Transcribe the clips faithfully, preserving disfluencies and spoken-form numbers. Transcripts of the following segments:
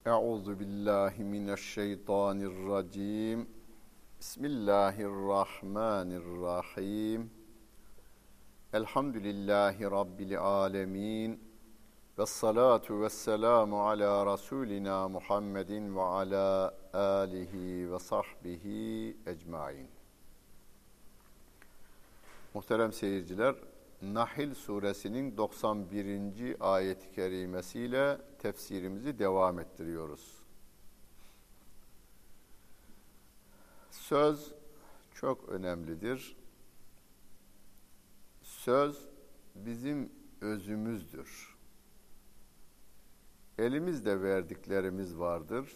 Euzu billahi mineşşeytanirracim. Bismillahirrahmanirrahim. Elhamdülillahi rabbil alamin. Ves salatu vesselamu ala rasulina Muhammedin ve ala alihi ve sahbihi ecmaîn. Muhterem seyirciler, Nahl suresinin doksan birinci ayet-i kerimesiyle tefsirimizi devam ettiriyoruz. Söz çok önemlidir. Söz bizim özümüzdür. Elimizle verdiklerimiz vardır.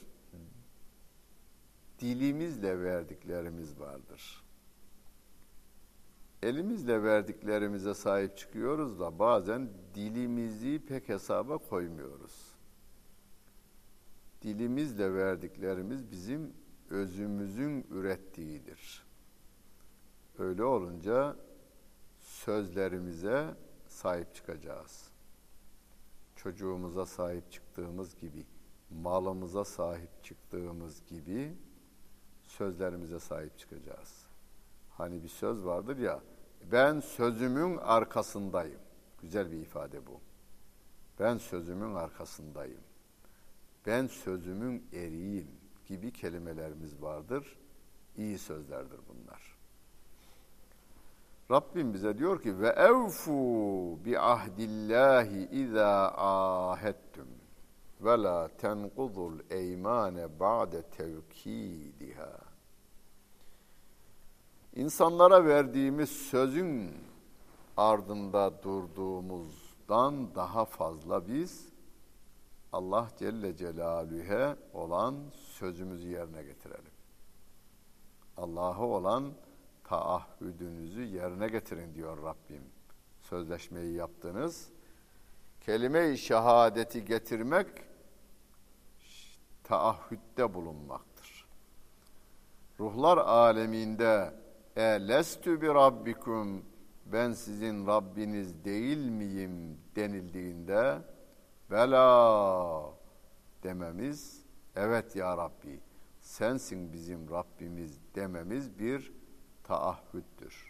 Dilimizle verdiklerimiz vardır. Elimizle verdiklerimize sahip çıkıyoruz da bazen dilimizi pek hesaba koymuyoruz. Dilimizle verdiklerimiz bizim özümüzün ürettiğidir. Öyle olunca sözlerimize sahip çıkacağız. Çocuğumuza sahip çıktığımız gibi, malımıza sahip çıktığımız gibi sözlerimize sahip çıkacağız. Hani bir söz vardır ya, ben sözümün arkasındayım. Güzel bir ifade bu. Ben sözümün arkasındayım. Ben sözümün eriyim gibi kelimelerimiz vardır. İyi sözlerdir bunlar. Rabbim bize diyor ki ve evfu bi ahdillahi iza ahadtum ve la tenqudul eymane ba'de tevkidiha. İnsanlara verdiğimiz sözün ardında durduğumuzdan daha fazla biz Allah Celle Celaluhu'ya olan sözümüzü yerine getirelim. Allah'a olan taahhüdünüzü yerine getirin diyor Rabbim. Sözleşmeyi yaptınız. Kelime-i şehadeti getirmek taahhütte bulunmaktır. Ruhlar aleminde "Elestü bi rabbikum, ben sizin Rabbiniz değil miyim?" denildiğinde bela dememiz, evet ya Rabbi sensin bizim Rabbimiz dememiz bir taahhüttür.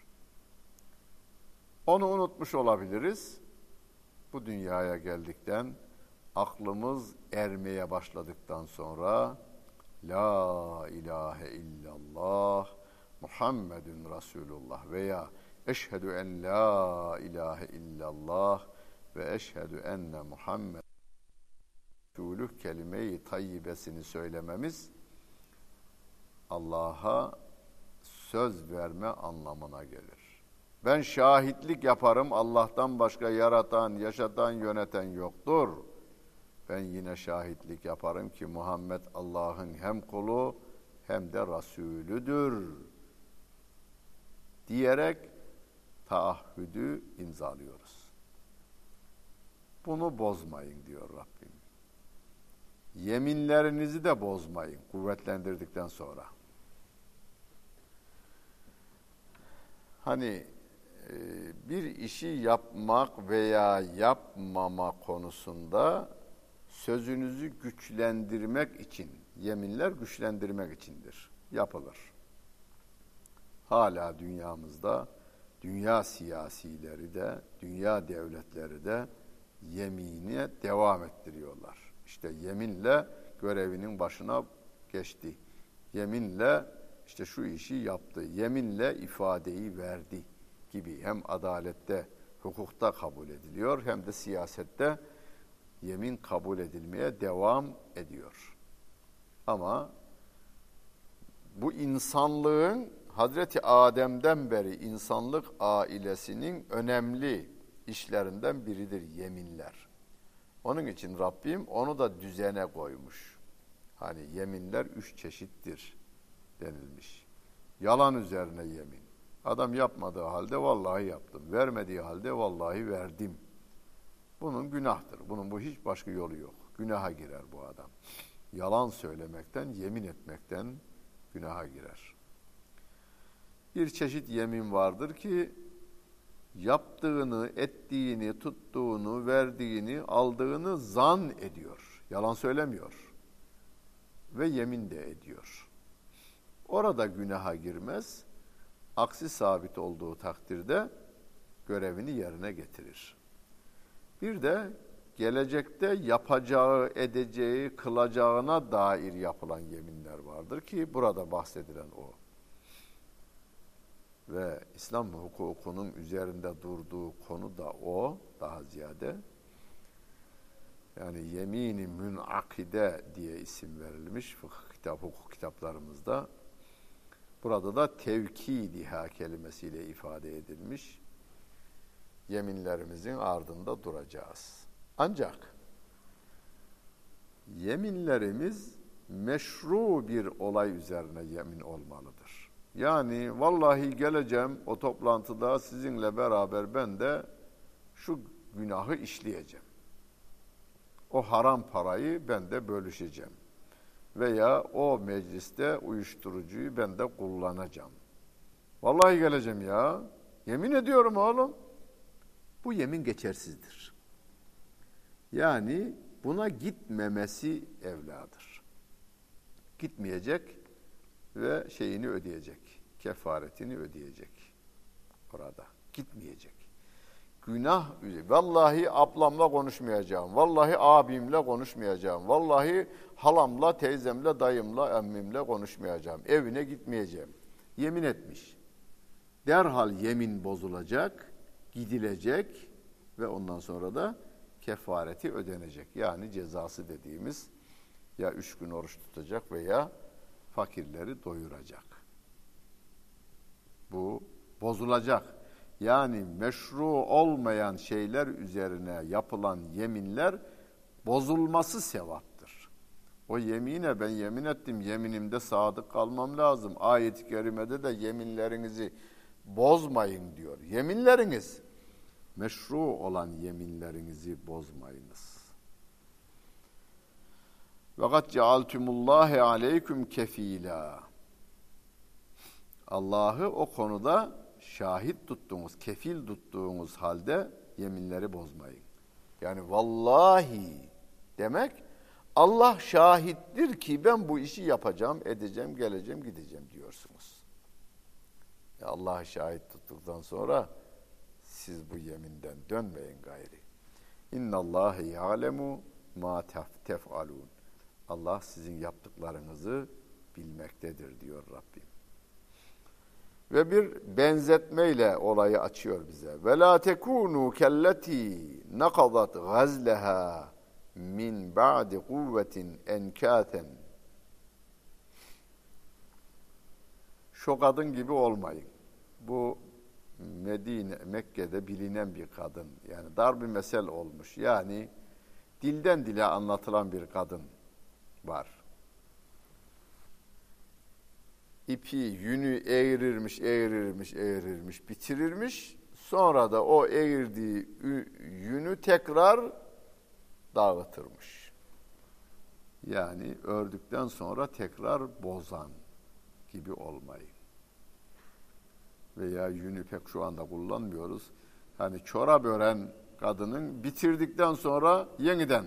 Onu unutmuş olabiliriz. Bu dünyaya geldikten, aklımız ermeye başladıktan sonra La ilahe illallah Muhammedun Resulullah veya eşhedü en la ilahe illallah ve eşhedü enne Muhammed Resulüh kelime-i tayyibesini söylememiz Allah'a söz verme anlamına gelir. Ben şahitlik yaparım, Allah'tan başka yaratan, yaşatan, yöneten yoktur. Ben yine şahitlik yaparım ki Muhammed Allah'ın hem kulu hem de Resulüdür diyerek taahhüdü imzalıyoruz. Bunu bozmayın diyor Rabbim. Yeminlerinizi de bozmayın kuvvetlendirdikten sonra. Hani bir işi yapmak veya yapmama konusunda sözünüzü güçlendirmek için, yeminler güçlendirmek içindir, yapılır. Hala dünyamızda, dünya siyasileri de, dünya devletleri de yemine devam ettiriyorlar. İşte yeminle görevinin başına geçti. Yeminle işte şu işi yaptı. Yeminle ifadeyi verdi gibi hem adalette, hukukta kabul ediliyor hem de siyasette yemin kabul edilmeye devam ediyor. Ama bu insanlığın Hazreti Adem'den beri insanlık ailesinin önemli işlerinden biridir yeminler. Onun için Rabbim onu da düzene koymuş. Hani yeminler üç çeşittir denilmiş. Yalan üzerine yemin. Adam yapmadığı halde vallahi yaptım. Vermediği halde vallahi verdim. Bunun günahtır. Bunun bu hiç başka yolu yok. Günaha girer bu adam. Yalan söylemekten, yemin etmekten günaha girer. Bir çeşit yemin vardır ki yaptığını, ettiğini, tuttuğunu, verdiğini, aldığını zan ediyor. Yalan söylemiyor. ve yemin de ediyor. Orada günaha girmez. Aksi sabit olduğu takdirde görevini yerine getirir. Bir de gelecekte yapacağı, edeceği, kılacağına dair yapılan yeminler vardır ki burada bahsedilen o. Ve İslam hukukunun üzerinde durduğu konu da o, daha ziyade. Yani yemin-i münakide diye isim verilmiş fıkıh kitap, hukuk kitaplarımızda. Burada da tevkid-iha kelimesiyle ifade edilmiş. Yeminlerimizin ardında duracağız. Ancak yeminlerimiz meşru bir olay üzerine yemin olmalıdır. Yani vallahi geleceğim o toplantıda sizinle beraber ben de şu günahı işleyeceğim. O haram parayı ben de bölüşeceğim. Veya o mecliste uyuşturucuyu ben de kullanacağım. Vallahi geleceğim ya. Yemin ediyorum oğlum. Bu yemin geçersizdir. Yani buna gitmemesi evladır. Gitmeyecek ve şeyini ödeyecek. Kefaretini ödeyecek. Orada. Gitmeyecek. Günah, vallahi ablamla konuşmayacağım, vallahi abimle konuşmayacağım, vallahi halamla, teyzemle, dayımla, emmimle konuşmayacağım, evine gitmeyeceğim. Yemin etmiş. Derhal yemin bozulacak, gidilecek ve ondan sonra da kefareti ödenecek. Yani cezası dediğimiz ya üç gün oruç tutacak veya fakirleri doyuracak. Bu bozulacak. Yani meşru olmayan şeyler üzerine yapılan yeminler bozulması sevaptır. O yemine ben yemin ettim, yeminimde sadık kalmam lazım. Ayet-i kerimede de yeminlerinizi bozmayın diyor. Yeminleriniz, meşru olan yeminlerinizi bozmayınız. وَقَدْ جَعَلْتُمُ اللّٰهَ عَلَيْكُمْ كَف۪يلًا Allah'ı o konuda şahit tuttuğunuz, kefil tuttuğunuz halde yeminleri bozmayın. Yani vallahi demek Allah şahittir ki ben bu işi yapacağım, edeceğim, geleceğim, gideceğim diyorsunuz. Ya Allah'ı şahit tuttuktan sonra siz bu yeminden dönmeyin gayri. İnnallâhe ya'lemu mâ tef'alûn. Allah sizin yaptıklarınızı bilmektedir diyor Rabbim. Ve bir benzetmeyle olayı açıyor bize. Ve la tekunu kelleti naqadat gazlaha min ba'di kuvvetin enkaten. Şu kadın gibi olmayın. Bu Medine, Mekke'de bilinen bir kadın. Yani dar bir mesel olmuş. Yani dilden dile anlatılan bir kadın var. İpi, yünü eğrirmiş, eğrirmiş, eğrirmiş, bitirirmiş. Sonra da o eğirdiği yünü tekrar dağıtırmış. Yani ördükten sonra tekrar bozan gibi olmayın. Veya yünü pek şu anda kullanmıyoruz. Hani çorap ören kadının bitirdikten sonra yeniden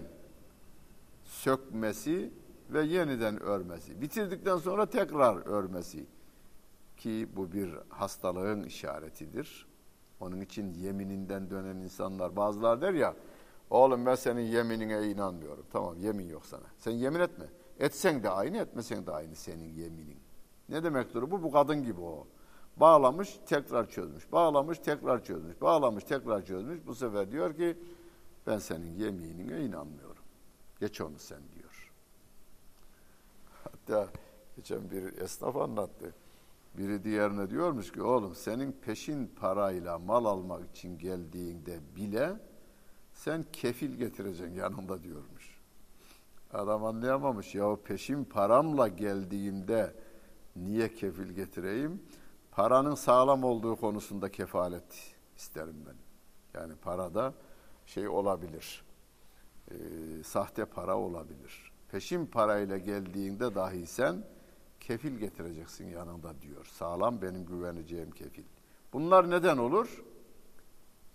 sökmesi ve yeniden örmesi. Bitirdikten sonra tekrar örmesi. Ki bu bir hastalığın işaretidir. Onun için yemininden dönen insanlar, bazılar der ya, oğlum ben senin yeminine inanmıyorum. Tamam, yemin yok sana. Sen yemin etme. Etsen de aynı, etmesen de aynı senin yeminin. Ne demektir bu? Bu kadın gibi o. Bağlamış, tekrar çözmüş. Bağlamış, tekrar çözmüş. Bağlamış, tekrar çözmüş. Bu sefer diyor ki, ben senin yeminine inanmıyorum. Geç onu sen diyor. Hatta geçen bir esnaf anlattı. Biri diğerine diyormuş ki, oğlum senin peşin parayla mal almak için geldiğinde bile sen kefil getireceksin yanında diyormuş. Adam anlayamamış. Ya peşin paramla geldiğimde niye kefil getireyim? Paranın sağlam olduğu konusunda kefalet isterim ben. Yani parada şey olabilir. E, sahte para olabilir. Peşin parayla geldiğinde dahi sen kefil getireceksin yanında diyor. Sağlam benim güveneceğim kefil. Bunlar neden olur?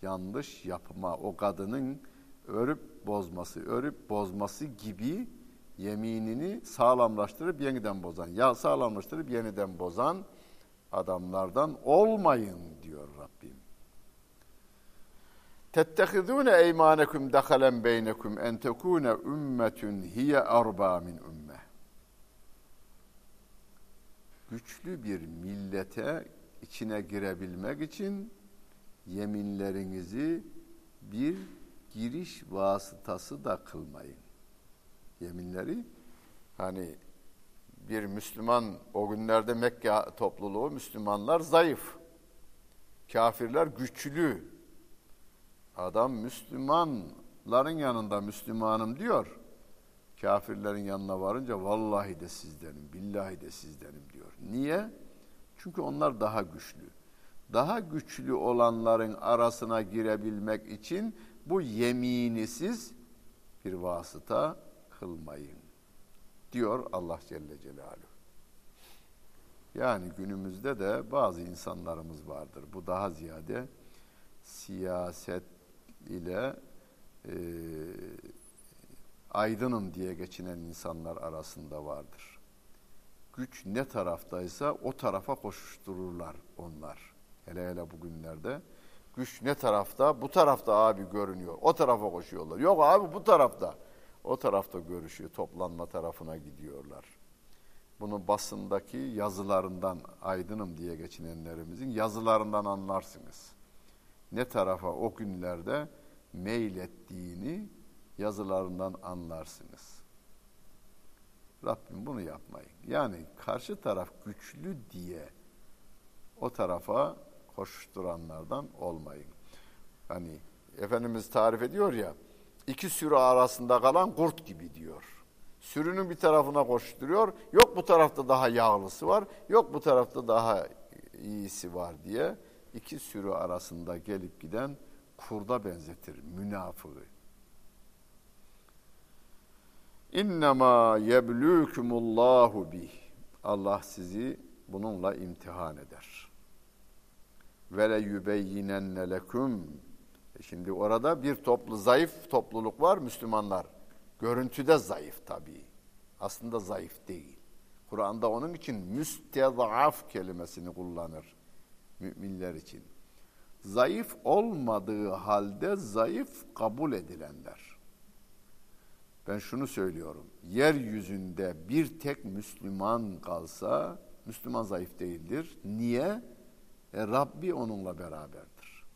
Yanlış yapma, o kadının örüp bozması, örüp bozması gibi yeminini sağlamlaştırıp yeniden bozan, ya sağlamlaştırıp yeniden bozan adamlardan olmayın diyor Rabbim. Tettehizûne eymânekum dehalen beynekum en tekûne ümmetun hiye arba min ümme. Güçlü bir millete içine girebilmek için yeminlerinizi bir giriş vasıtası da kılmayın. Yeminleri hani bir Müslüman, o günlerde Mekke topluluğu Müslümanlar zayıf. Kafirler güçlü. Adam Müslümanların yanında Müslümanım diyor. Kafirlerin yanına varınca vallahi de sizdenim, billahi de sizdenim diyor. Niye? Çünkü onlar daha güçlü. Daha güçlü olanların arasına girebilmek için bu yemini siz bir vasıta kılmayın diyor Allah Celle Celaluhu. Yani günümüzde de bazı insanlarımız vardır. Bu daha ziyade siyaset ile e, aydınım diye geçinen insanlar arasında vardır. Güç ne taraftaysa o tarafa koşuştururlar onlar. Hele hele bugünlerde güç ne tarafta? Bu tarafta abi görünüyor. O tarafa koşuyorlar. Yok abi bu tarafta. O tarafta görüşüyor. Toplanma tarafına gidiyorlar. Bunu basındaki yazılarından, aydınım diye geçinenlerimizin yazılarından anlarsınız. Ne tarafa o günlerde meylettiğini yazılarından anlarsınız. Rabbim bunu yapmayın. Yani karşı taraf güçlü diye o tarafa koşturanlardan olmayın. Hani Efendimiz tarif ediyor ya, iki sürü arasında kalan kurt gibi diyor. Sürünün bir tarafına koşturuyor, yok bu tarafta daha yağlısı var, yok bu tarafta daha iyisi var diye iki sürü arasında gelip giden kurda benzetir münafığı. İnnemâ yeblûkumullahu bih. Allah sizi bununla imtihan eder. Ve le yubeyyinenne leküm. Şimdi orada bir toplu zayıf topluluk var, Müslümanlar. Görüntüde zayıf tabii. Aslında zayıf değil. Kur'an'da onun için müstezaf kelimesini kullanır müminler için. Zayıf olmadığı halde zayıf kabul edilenler. Ben şunu söylüyorum. Yeryüzünde bir tek Müslüman kalsa Müslüman zayıf değildir. Niye? E, Rabbi onunla beraberdir.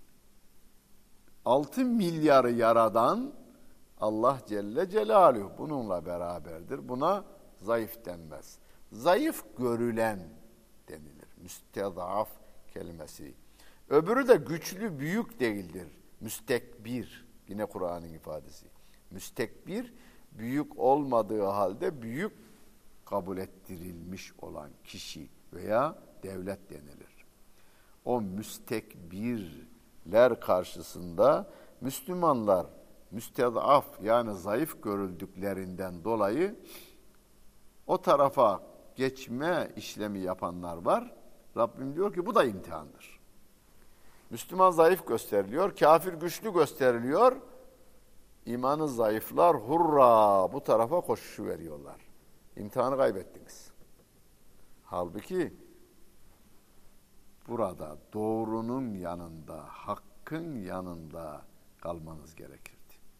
Altı milyarı yaradan Allah Celle Celaluhu bununla beraberdir. Buna zayıf denmez. Zayıf görülen denilir. Müstezaf kelimesi. Öbürü de güçlü, büyük değildir. Müstekbir. Yine Kur'an'ın ifadesi. Müstekbir, büyük olmadığı halde büyük kabul ettirilmiş olan kişi veya devlet denilir. O müstekbirler karşısında Müslümanlar müstezaf yani zayıf görüldüklerinden dolayı o tarafa geçme işlemi yapanlar var. Rabbim diyor ki bu da imtihandır. Müslüman zayıf gösteriliyor, kafir güçlü gösteriliyor. İmanı zayıflar hurra bu tarafa koşuşu veriyorlar. İmtihanı kaybettiniz. Halbuki burada doğrunun yanında, hakkın yanında kalmanız gerekirdi.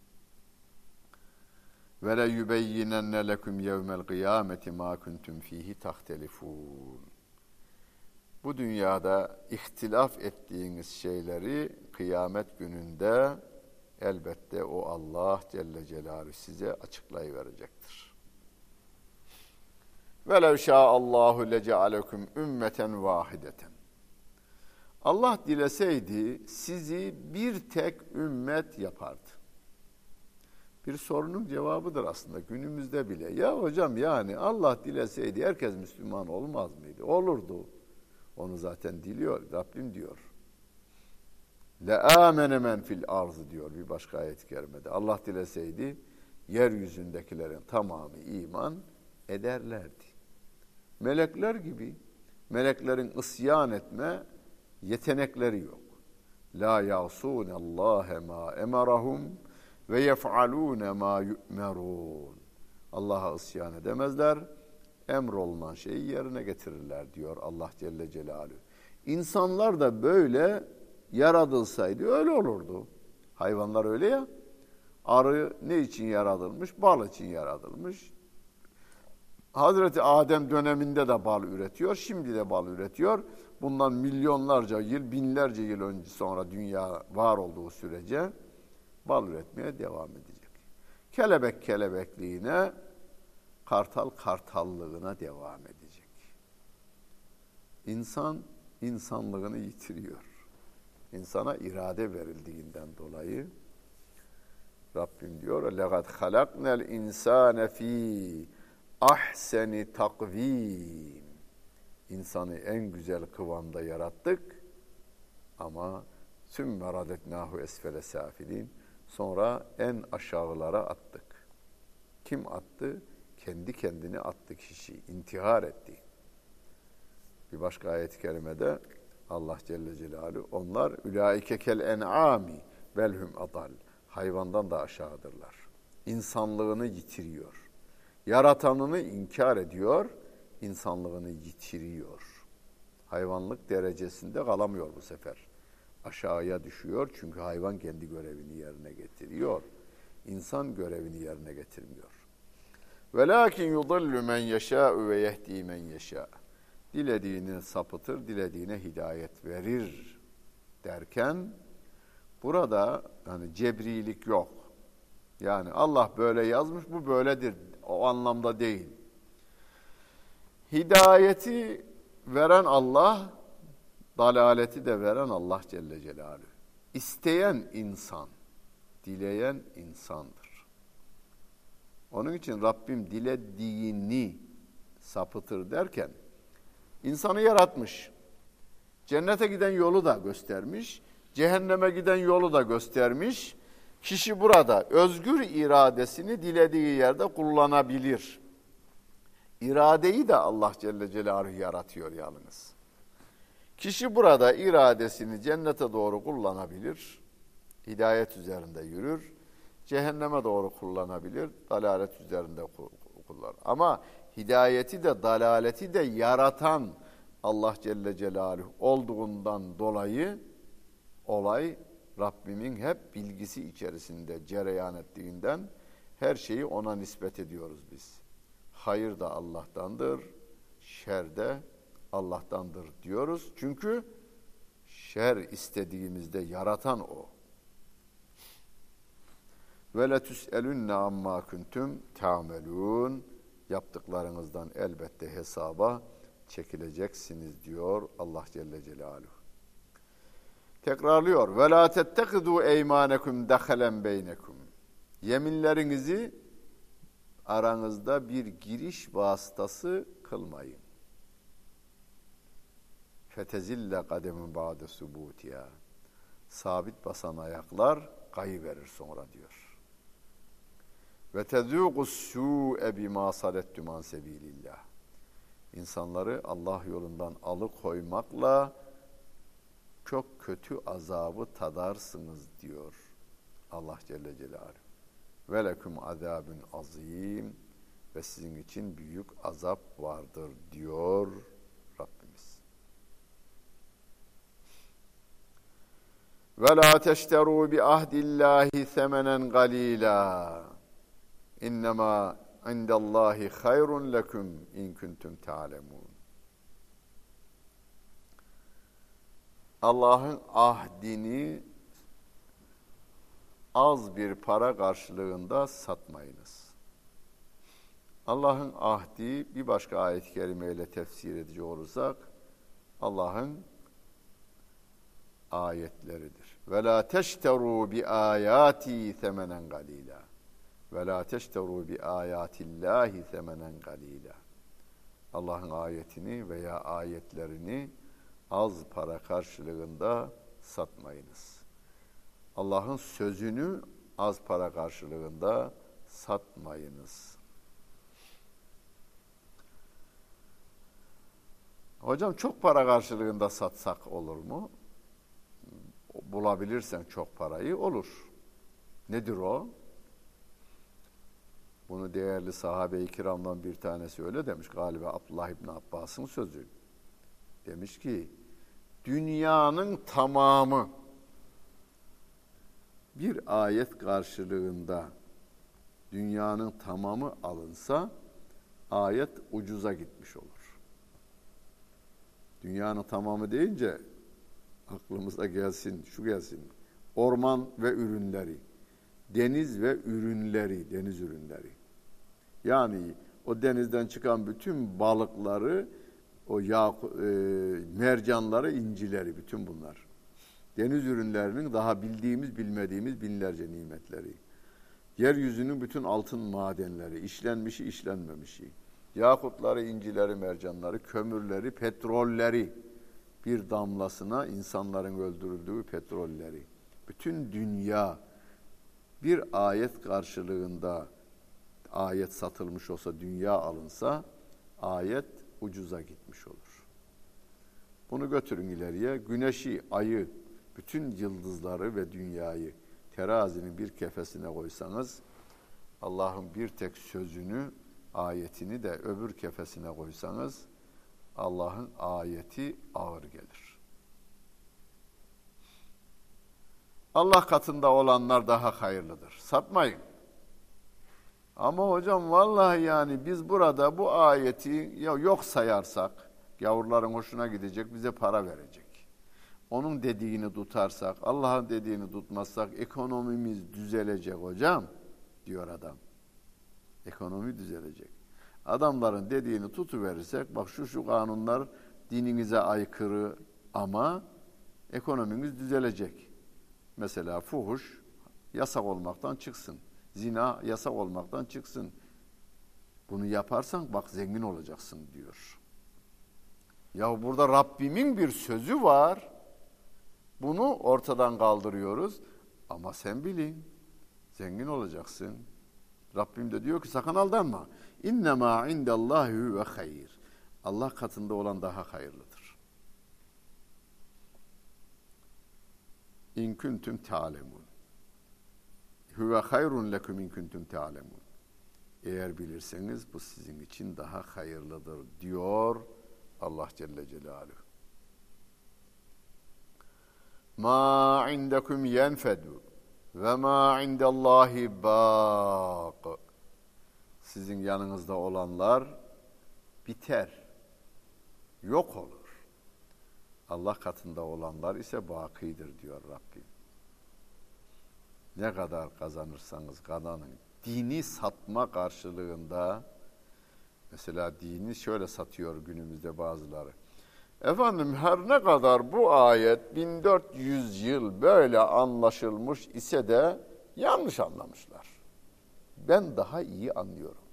Ve le yubeyyinenne lekum yevmel kıyameti ma kuntum fihi tahtelifun. Bu dünyada ihtilaf ettiğiniz şeyleri kıyamet gününde elbette o Allah Celle Celaluhu size açıklayıverecektir. Velev şâallahu lecealekum ümmeten vahideten. Allah dileseydi sizi bir tek ümmet yapardı. Bir sorunun cevabıdır aslında günümüzde bile. Ya hocam yani Allah dileseydi herkes Müslüman olmaz mıydı? Olurdu. Onu zaten diliyor, Rabbim diyor. Le amene men fil arz diyor bir başka ayet-i kerimede. Allah dileseydi yeryüzündekilerin tamamı iman ederlerdi. Melekler gibi meleklerin isyan etme yetenekleri yok. La ya'sunallâhe mâ emerahum ve yef'alûne mâ yu'merûn. Allah'a isyan edemezler. Emrolunan şeyi yerine getirirler diyor Allah Celle Celaluhu. İnsanlar da böyle yaratılsaydı öyle olurdu. Hayvanlar öyle ya. Arı ne için yaratılmış? Bal için yaratılmış. Hazreti Adem döneminde de bal üretiyor. Şimdi de bal üretiyor. Bundan milyonlarca yıl, binlerce yıl önce sonra dünya var olduğu sürece bal üretmeye devam edecek. Kelebek kelebekliğine, kartal kartallığına devam edecek. İnsan insanlığını yitiriyor. İnsana irade verildiğinden dolayı Rabbim diyor: "Laqad halaknal insane fi ahseni takvim." İnsanı en güzel kıvamda yarattık ama sümme radetnahu esfele safilin. Sonra en aşağılara attık. Kim attı? Kendi kendini attı kişi. İntihar etti. Bir başka ayet-i kerimede Allah Celle Celaluhu onlar ulaike kel en'ami velhum adal. Hayvandan da aşağıdırlar. İnsanlığını yitiriyor. Yaratanını inkar ediyor, insanlığını yitiriyor. Hayvanlık derecesinde kalamıyor bu sefer. Aşağıya düşüyor çünkü hayvan kendi görevini yerine getiriyor. İnsan görevini yerine getirmiyor. Velakin yudillu men yeşâ'u ve yehdi men yeşâ. Dilediğini sapıtır, dilediğine hidayet verir derken burada hani cebrilik yok. Yani Allah böyle yazmış, bu böyledir. O anlamda değil. Hidayeti veren Allah, dalaleti de veren Allah Celle Celaluhu. İsteyen insan, dileyen insandır. Onun için Rabbim dilediğini sapıtır derken, insanı yaratmış. Cennete giden yolu da göstermiş, cehenneme giden yolu da göstermiş. Kişi burada özgür iradesini dilediği yerde kullanabilir. İradeyi de Allah Celle Celaluhu yaratıyor yalnız. Kişi burada iradesini cennete doğru kullanabilir, hidayet üzerinde yürür. Cehenneme doğru kullanabilir, dalalet üzerinde kullanır. Ama hidayeti de dalaleti de yaratan Allah Celle Celaluhu olduğundan dolayı olay Rabbimin hep bilgisi içerisinde cereyan ettiğinden her şeyi ona nispet ediyoruz biz. Hayır da Allah'tandır, şer de Allah'tandır diyoruz. Çünkü şer istediğimizde yaratan O. Ve letüselünne amma kuntum ta'melun. Yaptıklarınızdan elbette hesaba çekileceksiniz diyor Allah Celle Celaluhu. Tekrarlıyor. Ve la tettehidu eymanekum dahalen beynekum. Yeminlerinizi aranızda bir giriş vasıtası kılmayın. Fetezille kademin ba'de subutiya. Sabit basan ayaklar kayıverir sonra diyor. Ve tezûqus sû'e bimâ salettum an sebîlillah. İnsanları Allah yolundan alıkoymakla çok kötü azabı tadarsınız diyor Allah Celle Celaluhu. Ve lekum azâbun azîm. Ve sizin için büyük azap vardır diyor Rabbimiz. Ve la teşterû bi ahdillâhi semenen galîlâ. İnnemâ indallâhi hayrun lekum in kuntum ta'lemûn. Allah'ın ahdini az bir para karşılığında satmayınız. Allah'ın ahdi bir başka ayet-i kerimeyle tefsir edecek olursak Allah'ın ayetleridir. Ve la teşterû bi âyâti semenen galîlâ. Ve la teşterû bi âyâtillâhi semenen galîlâ. Allah'ın ayetini veya ayetlerini az para karşılığında satmayınız. Allah'ın sözünü az para karşılığında satmayınız. Hocam çok para karşılığında satsak olur mu? Bulabilirsen çok parayı olur. Nedir o? Bunu değerli sahabe-i kiramdan bir tanesi öyle demiş. Galiba Abdullah İbni Abbas'ın sözü. Demiş ki, dünyanın tamamı bir ayet karşılığında dünyanın tamamı alınsa ayet ucuza gitmiş olur. Dünyanın tamamı deyince aklımıza gelsin, şu gelsin. Orman ve ürünleri, deniz ve ürünleri, deniz ürünleri. Yani o denizden çıkan bütün balıkları, o yağ, e, mercanları, incileri, bütün bunlar. Deniz ürünlerinin daha bildiğimiz, bilmediğimiz binlerce nimetleri. Yeryüzünün bütün altın madenleri, işlenmişi, işlenmemişi. Yakutları, incileri, mercanları, kömürleri, petrolleri. Bir damlasına insanların öldürüldüğü petrolleri. Bütün dünya bir ayet karşılığında ayet satılmış olsa, dünya alınsa ayet ucuza gitmiş olur. Bunu götürün ileriye. Güneşi, ayı, bütün yıldızları ve dünyayı terazinin bir kefesine koysanız, Allah'ın bir tek sözünü, ayetini de öbür kefesine koysanız, Allah'ın ayeti ağır gelir. Allah katında olanlar daha hayırlıdır. Satmayın. Ama hocam vallahi yani biz burada bu ayeti ya yok sayarsak, gavurların hoşuna gidecek, bize para verecek. Onun dediğini tutarsak, Allah'ın dediğini tutmazsak ekonomimiz düzelecek hocam, diyor adam. Ekonomi düzelecek. Adamların dediğini tutuverirsek, bak şu şu kanunlar dininize aykırı ama ekonomimiz düzelecek. Mesela fuhuş yasak olmaktan çıksın. Zina yasak olmaktan çıksın. Bunu yaparsan bak zengin olacaksın diyor. Ya burada Rabbimin bir sözü var. Bunu ortadan kaldırıyoruz. Ama sen bilin, zengin olacaksın. Rabbim de diyor ki sakın aldanma. İnnemâ indellâhi ve hayır. Allah katında olan daha hayırlıdır. İn kuntum ta'lemun. Huve hayrun lekum in kuntum ta'lemun. Eğer bilirseniz bu sizin için daha hayırlıdır diyor Allah Celle Celaluhu. Ma indekum yenfedu ve ma indallahi baq. Sizin yanınızda olanlar biter, yok olur. Allah katında olanlar ise bakidir diyor Rabbim. Ne kadar kazanırsanız kazanın. Dini satma karşılığında, mesela dini şöyle satıyor günümüzde bazıları. Efendim her ne kadar bu ayet bin dört yüz yıl böyle anlaşılmış ise de yanlış anlamışlar. Ben daha iyi anlıyorum.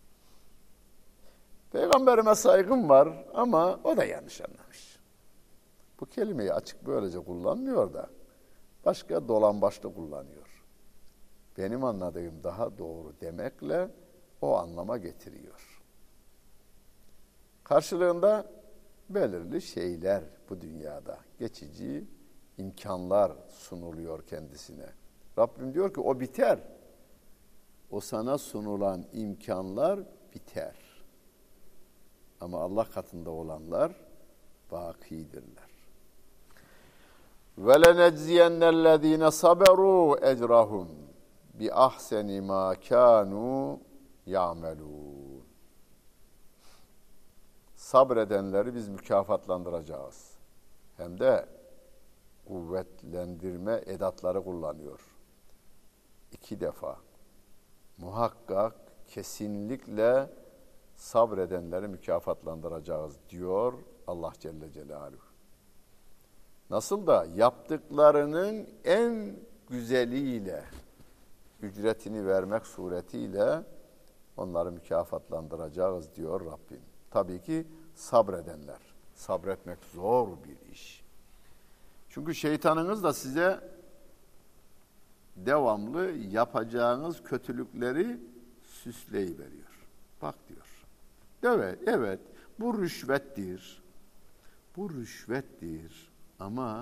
Peygamberime saygım var ama o da yanlış anlamış. Bu kelimeyi açık böylece kullanmıyor da başka dolambaçlı kullanıyor. Benim anladığım daha doğru demekle o anlama getiriyor. Karşılığında belirli şeyler bu dünyada, geçici imkanlar sunuluyor kendisine. Rabbim diyor ki o biter. O sana sunulan imkanlar biter. Ama Allah katında olanlar bakidirler. وَلَنَجْزِيَنَّ الَّذ۪ينَ صَبَرُوا اَجْرَهُمْ بِأَحْسَنِ مَا كَانُوا يَعْمَلُونَ. Sabredenleri biz mükafatlandıracağız. Hem de kuvvetlendirme edatları kullanıyor. İki defa. Muhakkak, kesinlikle sabredenleri mükafatlandıracağız diyor Allah Celle Celaluhu. Nasıl da yaptıklarının en güzeliyle, ücretini vermek suretiyle onları mükafatlandıracağız diyor Rabbim. Tabii ki sabredenler. Sabretmek zor bir iş. Çünkü şeytanınız da size devamlı yapacağınız kötülükleri süsleyiveriyor. Bak diyor. Evet, evet bu rüşvettir. Bu rüşvettir ama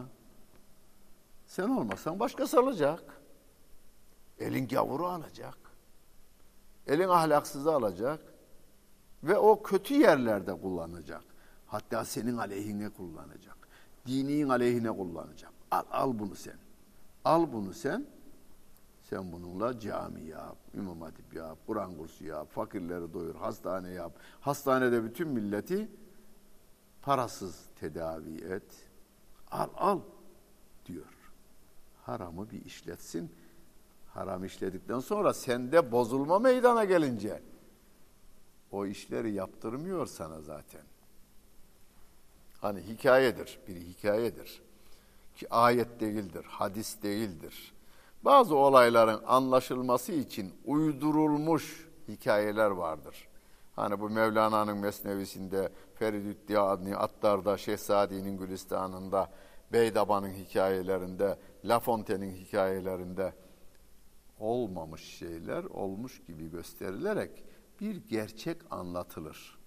sen olmasan başkası alacak. Elin gavuru alacak. Elin ahlaksızı alacak ve o kötü yerlerde kullanacak. Hatta senin aleyhine kullanacak. Dinin aleyhine kullanacak. Al, al bunu sen. Al bunu sen. Sen bununla cami yap, İmam Hatip yap, Kur'an kursu yap, fakirleri doyur, hastane yap. Hastanede bütün milleti parasız tedavi et. Al al diyor. Haramı bir işletsin. Haram işledikten sonra sende bozulma meydana gelince o işleri yaptırmıyor sana zaten. Hani hikayedir, bir hikayedir. Ki ayet değildir, hadis değildir. Bazı olayların anlaşılması için uydurulmuş hikayeler vardır. Hani bu Mevlana'nın Mesnevisinde, Feridüddin Attar'da, Şehzadi'nin Gülistan'ında, Beydaba'nın hikayelerinde, La Fontaine'in hikayelerinde olmamış şeyler olmuş gibi gösterilerek bir gerçek anlatılır.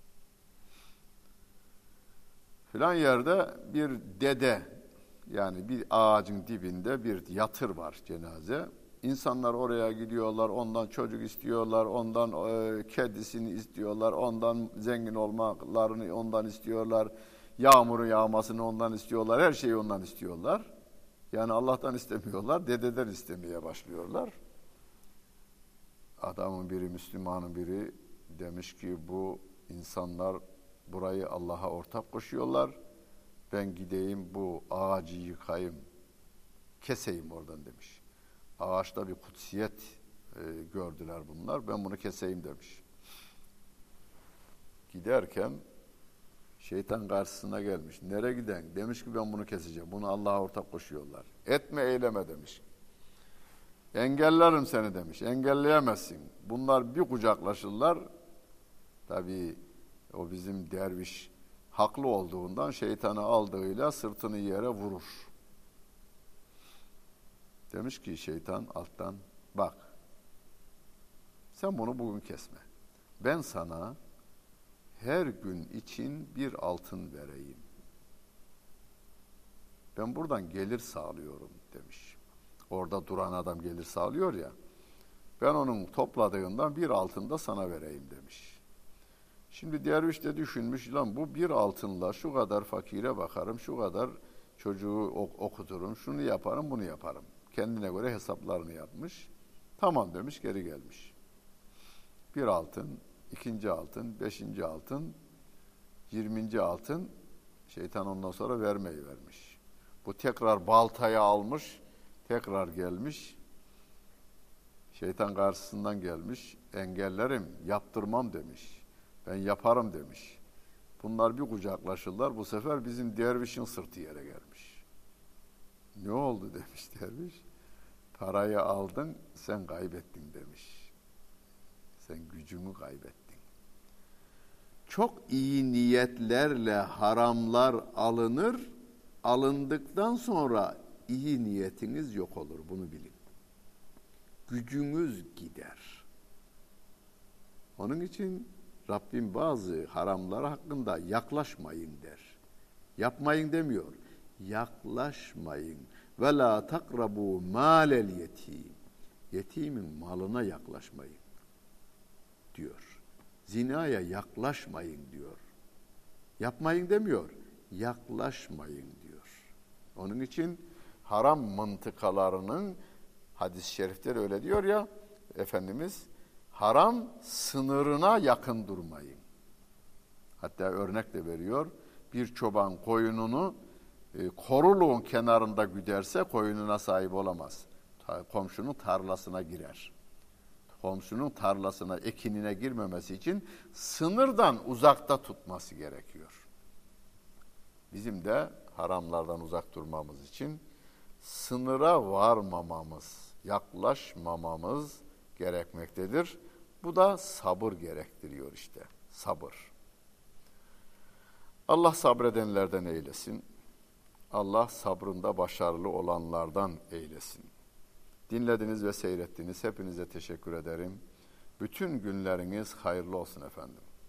Filan yerde bir dede, yani bir ağacın dibinde bir yatır var, cenaze. İnsanlar oraya gidiyorlar, ondan çocuk istiyorlar, ondan e, kedisini istiyorlar, ondan zengin olmalarını ondan istiyorlar, yağmurun yağmasını ondan istiyorlar, her şeyi ondan istiyorlar. Yani Allah'tan istemiyorlar, dededen istemeye başlıyorlar. Adamın biri, Müslümanın biri demiş ki bu insanlar burayı Allah'a ortak koşuyorlar. Ben gideyim bu ağacı yıkayım, keseyim oradan demiş. Ağaçta bir kutsiyet e, gördüler bunlar. Ben bunu keseyim demiş. Giderken şeytan karşısına gelmiş. Nereye giden? Demiş ki ben bunu keseceğim. Bunu Allah'a ortak koşuyorlar. Etme eyleme demiş. Engellerim seni demiş. Engelleyemezsin. Bunlar bir kucaklaşırlar. Tabii o bizim derviş haklı olduğundan şeytanı aldığıyla sırtını yere vurur. Demiş ki şeytan alttan, bak sen bunu bugün kesme. Ben sana her gün için bir altın vereyim. Ben buradan gelir sağlıyorum demiş. Orada duran adam gelir sağlıyor ya. Ben onun topladığından bir altın da sana vereyim demiş. Şimdi derviş de düşünmüş, lan bu bir altınla şu kadar fakire bakarım, şu kadar çocuğu okuturum, şunu yaparım, bunu yaparım. Kendine göre hesaplarını yapmış. Tamam demiş, geri gelmiş. Bir altın, ikinci altın, beşinci altın, yirminci altın, şeytan ondan sonra vermeyi vermiş. Bu tekrar baltayı almış, tekrar gelmiş. Şeytan karşısından gelmiş, engellerim, yaptırmam demiş. Ben yaparım demiş. Bunlar bir kucaklaşırlar, bu sefer bizim dervişin sırtı yere gelmiş. Ne oldu demiş derviş. Parayı aldın, sen kaybettin demiş. Sen gücünü kaybettin. Çok iyi niyetlerle haramlar alınır, alındıktan sonra iyi niyetiniz yok olur, bunu bilin. Gücünüz gider. Onun için Rabbim bazı haramlar hakkında yaklaşmayın der. Yapmayın demiyor. Yaklaşmayın. Ve la takrabu malel yetim. Yetimin malına yaklaşmayın diyor. Zinaya yaklaşmayın diyor. Yapmayın demiyor. Yaklaşmayın diyor. Onun için haram mıntıkalarının hadis-i şerifleri öyle diyor ya Efendimiz, haram sınırına yakın durmayın. Hatta örnek de veriyor. Bir çoban koyununu e, koruluğun kenarında güderse koyununa sahip olamaz. Ta, komşunun tarlasına girer. Komşunun tarlasına, ekinine girmemesi için sınırdan uzakta tutması gerekiyor. Bizim de haramlardan uzak durmamız için sınıra varmamamız, yaklaşmamamız gerekmektedir. Bu da sabır gerektiriyor işte. Sabır. Allah sabredenlerden eylesin. Allah sabrında başarılı olanlardan eylesin. Dinlediniz ve seyrettiniz. Hepinize teşekkür ederim. Bütün günleriniz hayırlı olsun efendim.